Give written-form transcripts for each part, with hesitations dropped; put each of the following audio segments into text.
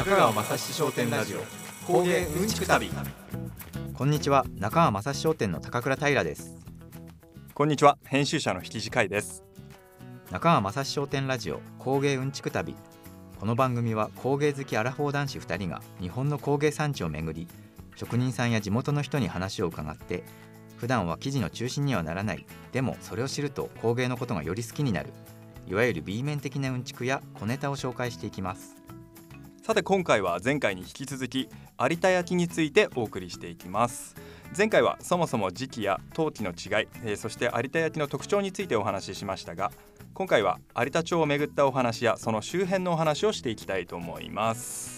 中川雅史商店ラジオ工芸うんちく旅。 こんにちは、中川雅史商店の高倉平です。 こんにちは、編集者の引地海です。 中川雅史商店ラジオ工芸うんちく旅。この番組は工芸好きアラフォー男子2人が日本の工芸産地を巡り、職人さんや地元の人に話を伺って、普段は記事の中心にはならない、でもそれを知ると工芸のことがより好きになる、いわゆる B 面的なうんちくや小ネタを紹介していきます。 さて今回は前回に引き続き有田焼についてお送りしていきます。前回はそもそも時期や陶器の違い、そして有田焼の特徴についてお話ししましたが、今回は有田町を巡ったお話やその周辺のお話をしていきたいと思います。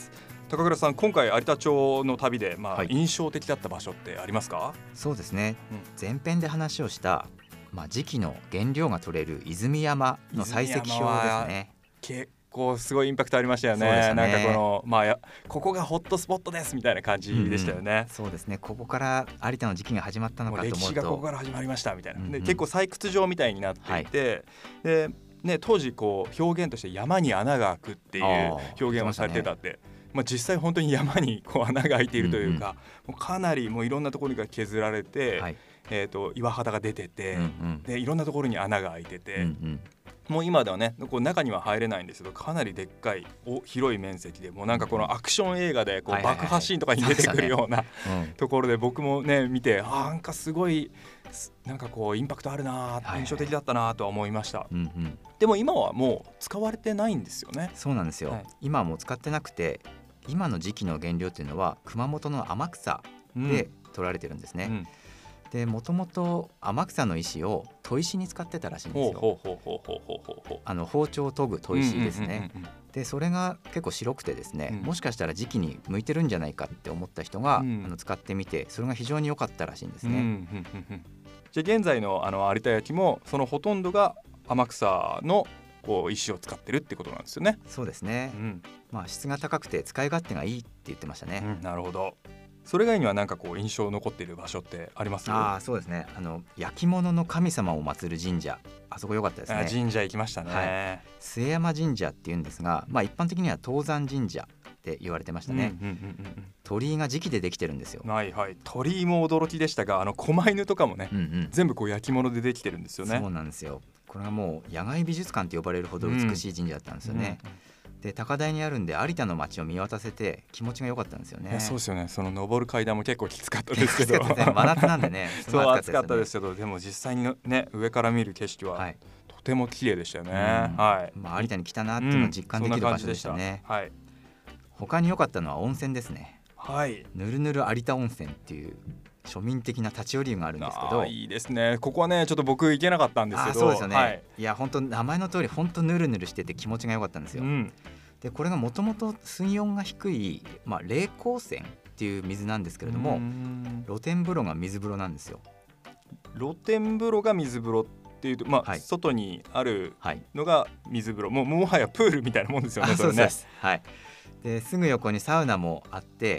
高倉さん、今回有田町の旅で、印象的だった場所ってありますか？ そうですね、前編で話をした、時期の原料が取れる泉山の採石表ですね。 結構すごいインパクトありましたよ ね。なんかここがホットスポットですみたいな感じでしたよね。 そうですね、ここから有田の時期が始まったのかと思うと、 歴史がここから始まりましたみたいな、で結構採掘場みたいになっていて、で当時表現として山に穴が開くっていう表現をされてたって、実際本当に山に穴が開いているというか、もうかなりいろんなところが削られて、岩肌が出てて、でいろんなところに穴が開いてて、もう今ではね中には入れないんですけど、かなりでっかい広い面積で、もうなんかこのアクション映画で爆破シーンとかに出てくるようなところで、僕もね見て、なんかすごいなんかインパクトあるな、印象的だったなとは思いました。でも今はもう使われてないんですよね。 そうなんですよ、今はもう使ってなくて、今の時期の原料っていうのは熊本の天草で取られてるんですね。でもともと天草の石を砥石に使ってたらしいんですよ。包丁を研ぐ砥石ですね。でそれが結構白くてですね、もしかしたら時期に向いてるんじゃないかって思った人が、使ってみて、それが非常に良かったらしいんですね。 じゃあ現在の有田焼もそのほとんどが天草の石を使ってるってことなんですよね。 そうですね、質が高くて使い勝手がいいって言ってましたね。 なるほど。それ以外には何か印象残っている場所ってあります？ そうですね、焼き物の神様を祀る神社、あそこ良かったですね。 神社行きましたね。 末山神社っていうんですが、一般的には東山神社って言われてましたね。鳥居が磁器でできてるんですよ。 鳥居も驚きでしたが、狛犬とかもね、全部焼き物でできてるんですよね。 そうなんですよ。これはもう野外美術館と呼ばれるほど美しい神社だったんですよね。で高台にあるんで有田の街を見渡せて気持ちが良かったんですよね。 そうですよね。その登る階段も結構きつかったですけど真夏なんでねそう暑かったですけど、でも実際にね上から見る景色はとても綺麗でしたよね。 有田に来たなっていうのを実感できる場所でしたね。他に良かったのは温泉ですね。ぬるぬる有田温泉っていう庶民的な立ち寄り湯があるんですけど、 いいですね。ここはねちょっと僕行けなかったんですけど。 そうですよね、いや本当名前の通り本当ぬるぬるしてて気持ちが良かったんですよ。でこれがもともと水温が低い、冷光泉っていう水なんですけれども、露天風呂が水風呂なんですよ。 露天風呂が水風呂っていうと、外にあるのが水風呂、もはやプールみたいなもんですよね。 そうです。ですぐ横にサウナもあって、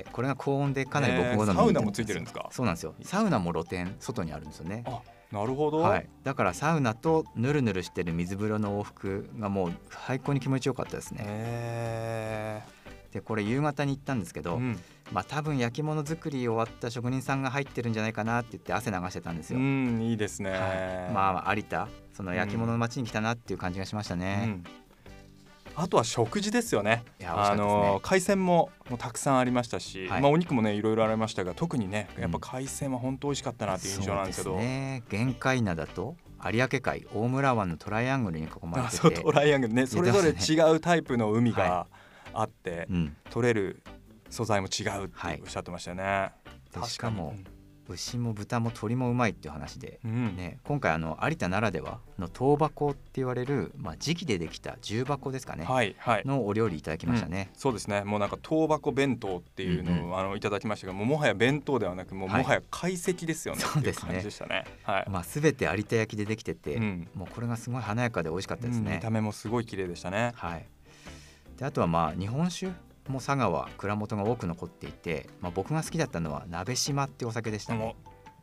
これが高温でかなり僕好みに。 サウナもついてるんですか？ そうなんですよ。サウナも露天外にあるんですよね。 なるほど、 だからサウナとぬるぬるしてる水風呂の往復がもう最高に気持ちよかったですね。でこれ夕方に行ったんですけど、多分焼き物作り終わった職人さんが入ってるんじゃないかなって言って汗流してたんですよ。 いいですね。 有田その焼き物の街に来たなっていう感じがしましたね。 あとは食事ですよね。海鮮もたくさんありましたし、お肉もねいろいろありましたが、特にねやっぱ海鮮は本当美味しかったなっていう印象なんですけど、 そうですね。玄界灘と有明海大村湾のトライアングルに囲まれてて、 トライアングルね、それぞれ違うタイプの海があって、取れる素材も違うっておっしゃってましたよね。 しかも牛も豚も鶏もうまいっていう話で、今回有田ならではの唐箱って言われる、磁器でできた重箱ですかね、のお料理いただきましたね。 そうですね。もうなんか唐箱弁当っていうのを、いただきましたが、もはや弁当ではなくもはや懐石ですよね。 そうですね。 っていう感じでしたね。 全て有田焼でできてて、もうこれがすごい華やかで美味しかったですね。 見た目もすごい綺麗でしたね。 であとは日本酒も佐賀は蔵元が多く残っていて、僕が好きだったのは鍋島ってお酒でしたね。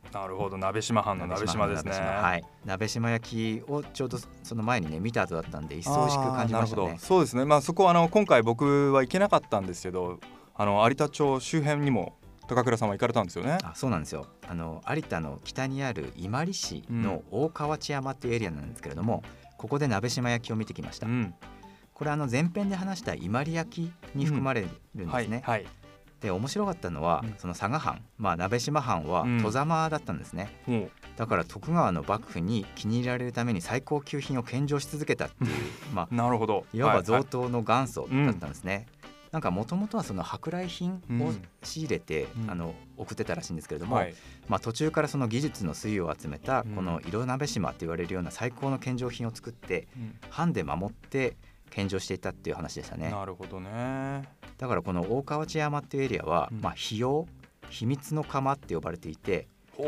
なるほど、鍋島藩の鍋島ですね。 はい、鍋島焼きをちょうどその前にね見た後だったんで一層美味しく感じましたね。 そうですね、そこは今回僕は行けなかったんですけど、有田町周辺にも高倉さんは行かれたんですよね。 そうなんですよ。有田の北にある伊万里市の大河内山っていうエリアなんですけれども、ここで鍋島焼きを見てきました。これ前編で話した伊万里焼きに含まれるんですね。で面白かったのは、その佐賀藩、鍋島藩は外様だったんですね。だから徳川の幕府に気に入られるために最高級品を献上し続けたっていうなるほど、 いわば贈答の元祖だったんですね。なんかもともとはその舶来品を仕入れて、送ってたらしいんですけれども、途中からその技術の粋を集めたこの色鍋島って言われるような最高の献上品を作って、藩で守って献上していたっていう話でしたね。 なるほどね。 だからこの大河内山っていうエリアは、秘謡、秘密の釜って呼ばれていて、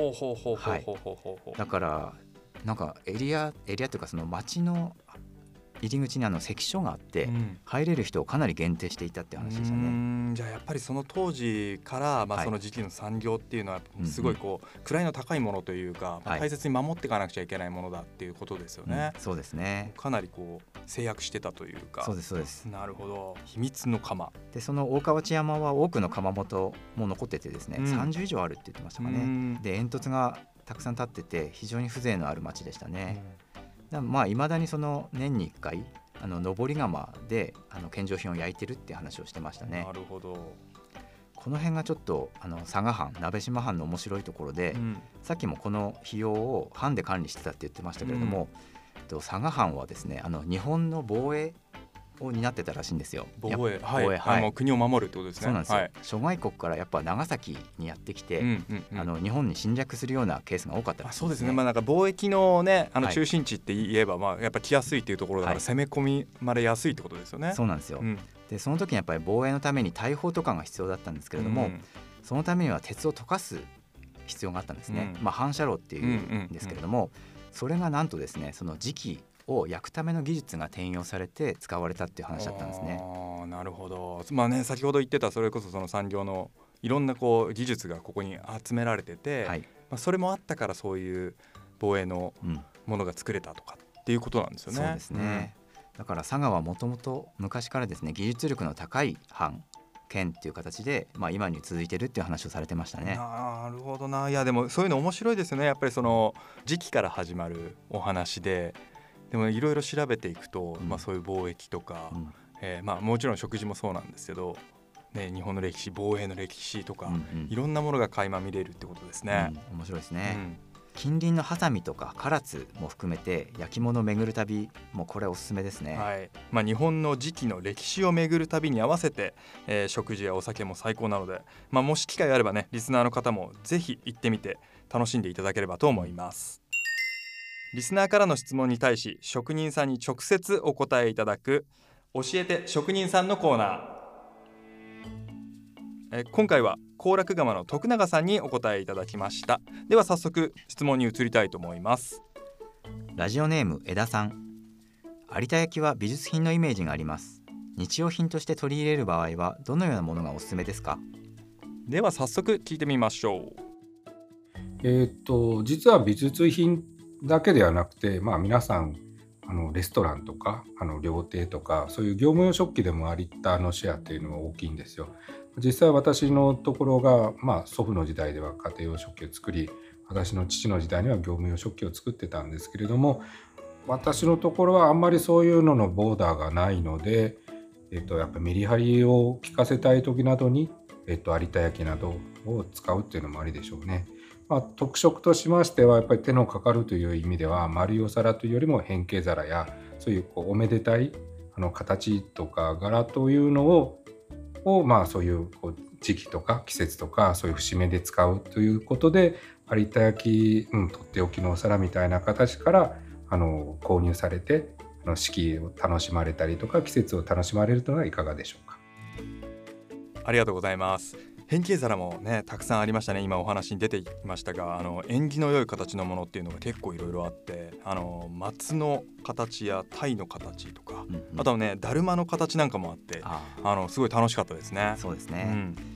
だからなんかエリアというかその町の入り口に関所があって、入れる人をかなり限定していたって話でしたね。 じゃあやっぱりその当時から、その時期の産業っていうのはすごい位の高いものというか、大切に守っていかなくちゃいけないものだっていうことですよね。 そうですね。 かなり制約してたというか。 そうですそうです。 なるほど。秘密の釜で、その大河内山は多くの窯元も残っててですね、30以上あるって言ってましたかね。で煙突がたくさん立ってて非常に風情のある町でしたね。いまだにその年に1回登り窯で献上品を焼いてるって話をしてましたね。 なるほど。 この辺がちょっと佐賀藩、鍋島藩の面白いところで、さっきもこの費用を藩で管理してたって言ってましたけれども、佐賀藩はですね日本の防衛を担ってたらしいんですよ。 防衛、もう国を守るってことですね。 そうなんですよ。諸外国からやっぱ長崎にやってきて、日本に侵略するようなケースが多かったらしいですね。 そうですね。なんか貿易のね中心地って言えば、やっぱ来やすいっていうところだから攻め込まれやすいってことですよね。 そうなんですよ。でその時にやっぱり防衛のために大砲とかが必要だったんですけれども、そのためには鉄を溶かす必要があったんですね。反射炉っていうんですけれども、それがなんとですねその磁器を焼くための技術が転用されて使われたっていう話だったんですね。 なるほど。先ほど言ってたそれこそその産業のいろんな技術がここに集められてて、それもあったからそういう防衛のものが作れたとかっていうことなんですよね。 そうですね。だから佐賀はもともと昔からですね技術力の高い藩県っていう形で、今に続いてるっていう話をされてましたね。 なるほどな。いやでもそういうの面白いですよね。やっぱりその時期から始まるお話でもいろいろ調べていくと、そういう貿易とか、もちろん食事もそうなんですけど、日本の歴史、防衛の歴史とか、いろんなものが垣間見れるってことですね。 面白いですね。近隣の波佐見とか唐津も含めて焼き物を巡る旅もこれおすすめですね。 日本の時期の歴史を巡る旅に合わせて、食事やお酒も最高なので、もし機会があればねリスナーの方もぜひ行ってみて楽しんでいただければと思います。リスナーからの質問に対し職人さんに直接お答えいただく教えて職人さんのコーナー。今回は高楽釜の徳永さんにお答えいただきました。では早速質問に移りたいと思います。 ラジオネーム枝さん。有田焼は美術品のイメージがあります。日用品として取り入れる場合はどのようなものがおすすめですか？ では早速聞いてみましょう。 実は美術品だけではなくて、皆さんレストランとか料亭とかそういう業務用食器でも有田のシェアっていうのは大きいんですよ。実際私のところが、祖父の時代では家庭用食器を作り、私の父の時代には業務用食器を作ってたんですけれども、私のところはあんまりそういうののボーダーがないので、やっぱメリハリを効かせたい時などに、有田焼などを使うっていうのもありでしょうね。特色としましてはやっぱり手のかかるという意味では丸いお皿というよりも変形皿やそういうおめでたい形とか柄というのをそういう時期とか季節とかそういう節目で使うということで有田焼とっておきのお皿みたいな形から購入されて四季を楽しまれたりとか季節を楽しまれるというのはいかがでしょうか。 ありがとうございます。変形皿もねたくさんありましたね。今お話に出てきましたが縁起の良い形のものっていうのが結構いろいろあって松の形や鯛の形とか、あとはねだるまの形なんかもあってすごい楽しかったですね。 そうですね、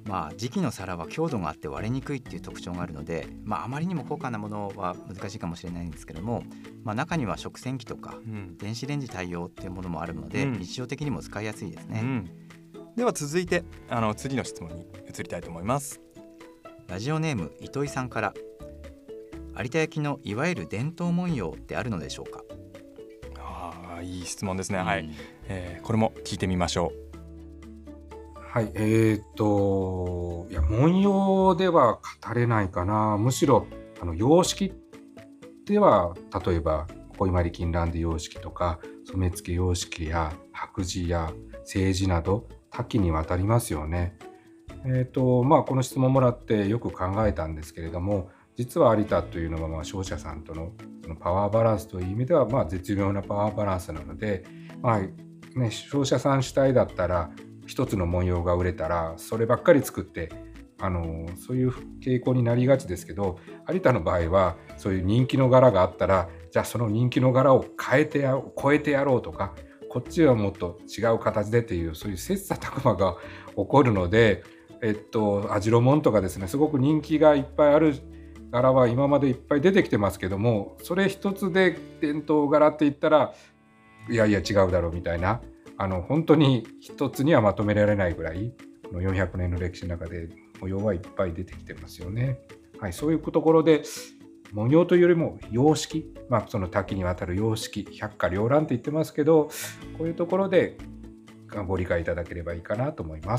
磁器の皿は強度があって割れにくいっていう特徴があるので、あまりにも高価なものは難しいかもしれないんですけども、中には食洗機とか、電子レンジ対応っていうものもあるので、日常的にも使いやすいですね。 では続いて次の質問に移りたいと思います。 ラジオネーム糸井さんから、有田焼のいわゆる伝統文様ってあるのでしょうか。 いい質問ですね。はい、これも聞いてみましょう。 はい、いや文様では語れないかな。むしろ様式では、例えば小伊万里金襴様式とか染付様式や白磁や青磁など多岐にわたりますよね。この質問もらってよく考えたんですけれども、実は有田というのは商社さんとのそのパワーバランスという意味では絶妙なパワーバランスなので、商社さん主体だったら一つの文様が売れたらそればっかり作ってそういう傾向になりがちですけど、有田の場合はそういう人気の柄があったら、じゃあその人気の柄を超えてやろうとか、こっちはもっと違う形でっていう、そういう切磋琢磨が起こるので、網代紋とかですね、すごく人気がいっぱいある柄は今までいっぱい出てきてますけども、それ一つで伝統柄って言ったらいや違うだろうみたいな、本当に一つにはまとめられないぐらい400年の歴史の中で模様はいっぱい出てきてますよね。はい、そういうところで模様というよりも様式、その多岐にわたる様式、百花繚乱って言ってますけど、こういうところでご理解いただければいいかなと思います。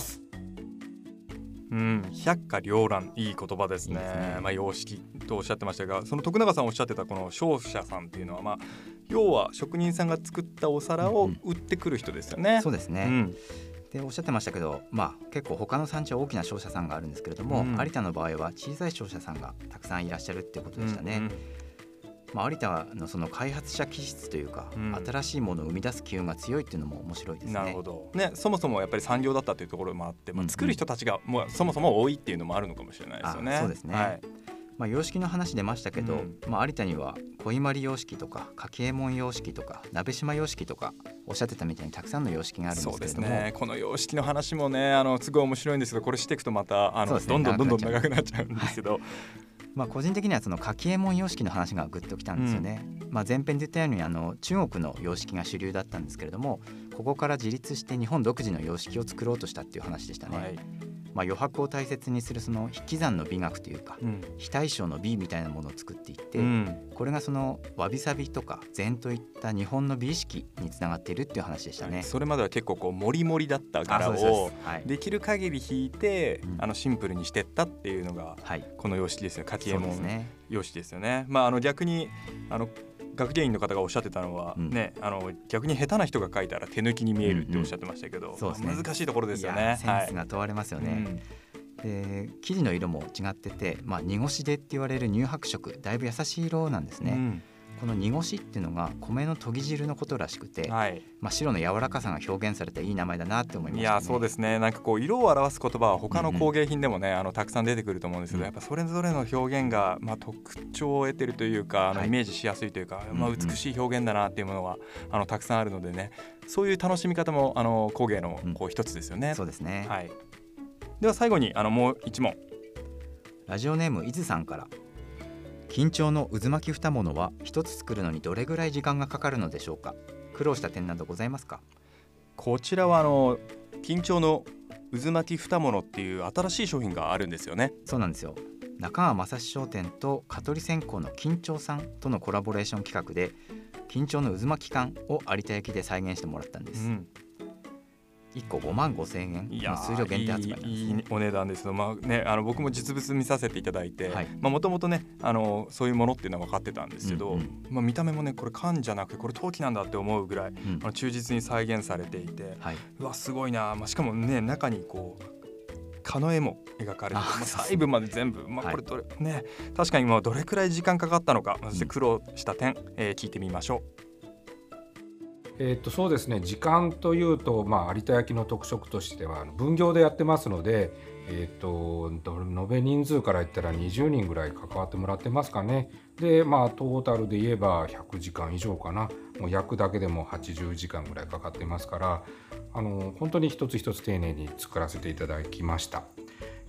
百花繚乱、いい言葉ですね。様式とおっしゃってましたが、その徳永さんおっしゃってたこの商社さんっていうのは、要は職人さんが作ったお皿を売ってくる人ですよね。 そうですね、でおっしゃってましたけど、結構他の産地は大きな商社さんがあるんですけれども、有田の場合は小さい商社さんがたくさんいらっしゃるっていうことでしたね。有田のその開発者気質というか、新しいものを生み出す機運が強いっていうのも面白いですね。 なるほど、そもそもやっぱり産業だったというところもあって、作る人たちがもうそもそも多いっていうのもあるのかもしれないですよね。 そうですね、様式の話出ましたけど、有田には小伊万里様式とか柿右衛門様式とか鍋島様式とか、おっしゃってたみたいにたくさんの様式があるんですけれども、 そうですね、この様式の話もねすごい面白いんですけど、これしていくとまたどんどん長くなっちゃうんですけど、 個人的にはその柿右衛門様式の話がグッときたんですよね。前編で言ったように中国の様式が主流だったんですけれども、ここから自立して日本独自の様式を作ろうとしたっていう話でしたね。余白を大切にするその引き算の美学というか、非対称の美みたいなものを作っていって、これがそのわびさびとか禅といった日本の美意識につながっているっていう話でしたね。 それまでは結構モリモリだった柄をできる限り引いて、シンプルにしてったっていうのがこの様式ですよ。柿右衛門様式ですよね。逆に学芸員の方がおっしゃってたのは、逆に下手な人が描いたら手抜きに見えるっておっしゃってましたけど、難しいところですよね。 センスが問われますよね。で生地の色も違ってて、濁しでって言われる乳白色、だいぶ優しい色なんですね。この濁しっていうのが米の研ぎ汁のことらしくて、白の柔らかさが表現されていい名前だなって思いましたね。 そうですね。色を表す言葉は他の工芸品でもね、たくさん出てくると思うんですけど、やっぱそれぞれの表現が、特徴を得てるというか、イメージしやすいというか、美しい表現だなっていうものがたくさんあるのでね、そういう楽しみ方も工芸の一つですよね。 そうですね。 では最後にもう一問。 ラジオネーム伊豆さんから、緊張の渦巻き二物は一つ作るのにどれぐらい時間がかかるのでしょうか。苦労した点などございますか。 こちらは緊張の渦巻き二物っていう新しい商品があるんですよね。 そうなんですよ。中川正史商店と香取線香の緊張さんとのコラボレーション企画で、緊張の渦巻き缶を有田焼で再現してもらったんです。1個55,000円の数量限定発売なんですね。 いいお値段ですけど、僕も実物見させていただいて、もともとねそういうものっていうのは分かってたんですけど、見た目もね、これ缶じゃなくてこれ陶器なんだって思うぐらい、忠実に再現されていて、うわすごいな。しかもね、中に蚊の絵も描かれて、細部まで全部、これどれね、確かにどれくらい時間かかったのか、そして苦労した点、聞いてみましょう。 そうですね、時間というと、有田焼の特色としては分業でやってますので、延べ人数から言ったら20人ぐらい関わってもらってますかね。でトータルで言えば100時間以上かな。もう焼くだけでも80時間ぐらいかかってますから、本当に一つ一つ丁寧に作らせていただきました。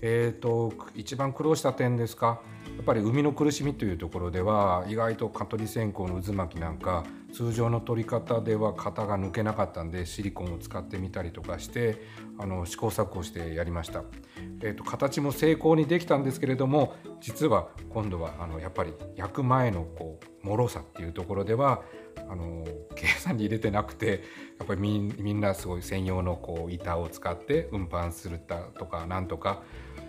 一番苦労した点ですか。やっぱり海の苦しみというところでは意外と蚊取り線香の渦巻きなんか通常の取り方では型が抜けなかったんでシリコンを使ってみたりとかして試行錯誤してやりました。形も成功にできたんですけれども、実は今度はやっぱり焼く前の脆さっていうところでは計算に入れてなくて、やっぱりみんなすごい専用の板を使って運搬するとかなんとか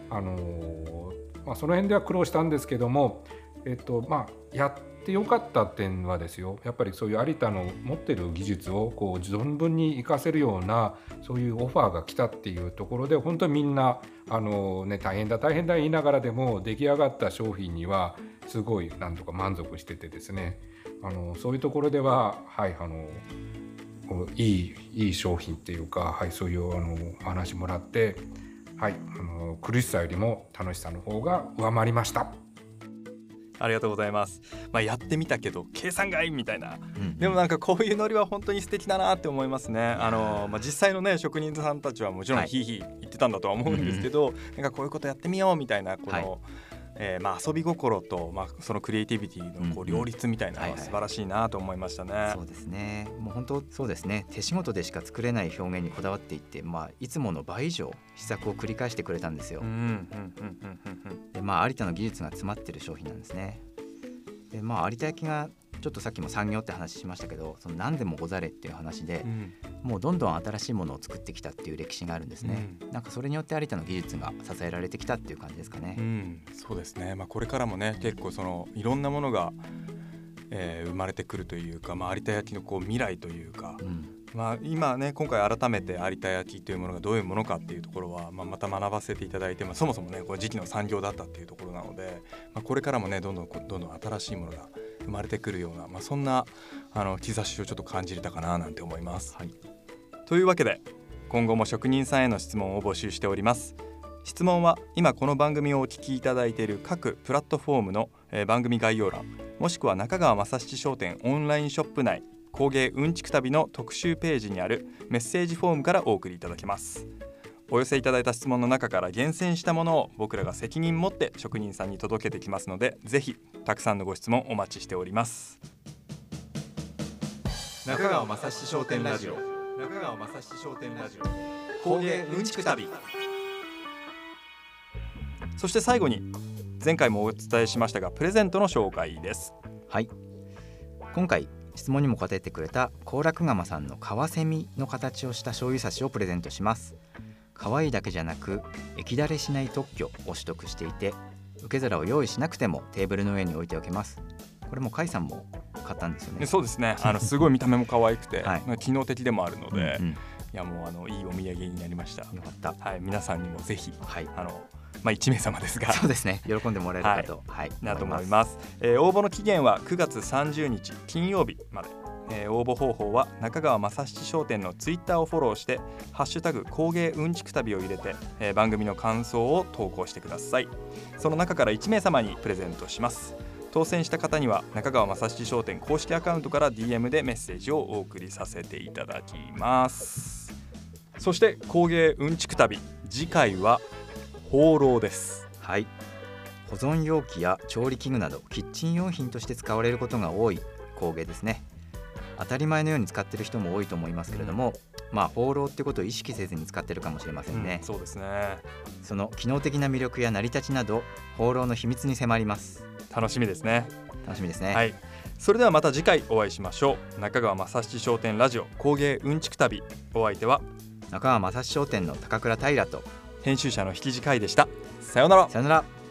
その辺では苦労したんですけども、やってよかった点はですよ、やっぱりそういう有田の持ってる技術を存分に活かせるようなそういうオファーが来たっていうところで、本当にみんな大変だ言いながらでも出来上がった商品にはすごいなんとか満足しててですね、そういうところでは、いい商品っていうか、そういうお話もらって、苦しさよりも楽しさの方が上回りました。 ありがとうございます。やってみたけど計算外みたいな、でもなんかこういうノリは本当に素敵だなって思いますね。実際のね職人さんたちはもちろんヒーヒー言ってたんだとは思うんですけど、なんかこういうことやってみようみたいな遊び心と、そのクリエイティビティの両立みたいなのは素晴らしいなと思いましたね。 そうですね。もう本当そうですね。手仕事でしか作れない表現にこだわっていって、いつもの倍以上試作を繰り返してくれたんですよ。で、有田の技術が詰まってる商品なんですね。で、有田焼がちょっとさっきも産業って話しましたけど、その何でもござれっていう話で、もうどんどん新しいものを作ってきたっていう歴史があるんですね。なんかそれによって有田の技術が支えられてきたっていう感じですかね。 そうですね。これからもね結構いろんなものが、生まれてくるというか、有田焼の未来というか、今ね今回改めて有田焼というものがどういうものかっていうところは、また学ばせていただいて、そもそもねこれ時期の産業だったっていうところなので、これからもねどんどん新しいものが生まれてくるような、そんな兆しをちょっと感じれたかななんて思います。というわけで今後も職人さんへの質問を募集しております。質問は今この番組をお聞きいただいている各プラットフォームの、番組概要欄、もしくは中川正七商店オンラインショップ内工芸うんちく旅の特集ページにあるメッセージフォームからお送りいただけます。お寄せいただいた質問の中から厳選したものを僕らが責任持って職人さんに届けてきますので、ぜひたくさんのご質問お待ちしております。 中川正七商店ラジオ工芸うんちく旅。 そして最後に前回もお伝えしましたがプレゼントの紹介です。 今回質問にも答えてくれた幸楽釜さんのカワセミの形をした醤油差しをプレゼントします。可愛いだけじゃなく液だれしない特許を取得していて、受け皿を用意しなくてもテーブルの上に置いておけます。これも甲斐さんも買ったんですよね。 そうですね。すごい見た目も可愛くて、機能的でもあるので、いやもういいお土産になりました。 よかった。 皆さんにもぜひ、1名様ですが、 そうですね、喜んでもらえるかと、 なと思います。応募の期限は9月30日金曜日まで。応募方法は中川正七商店のツイッターをフォローしてハッシュタグ工芸うんちく旅を入れて、番組の感想を投稿してください。その中から1名様にプレゼントします。当選した方には中川正七商店公式アカウントから DM でメッセージをお送りさせていただきます。そして工芸うんちく旅、次回はホーローです。 保存容器や調理器具などキッチン用品として使われることが多い工芸ですね。当たり前のように使っている人も多いと思いますけれども、ホーローってことを意識せずに使っているかもしれませんね。 そうですね。 その機能的な魅力や成り立ちなどホーローの秘密に迫ります。 楽しみですね。それではまた次回お会いしましょう。中川正七商店ラジオ工芸うんちく旅、お相手は中川正七商店の高倉平と編集者の引地海でした。さようなら。 さようなら。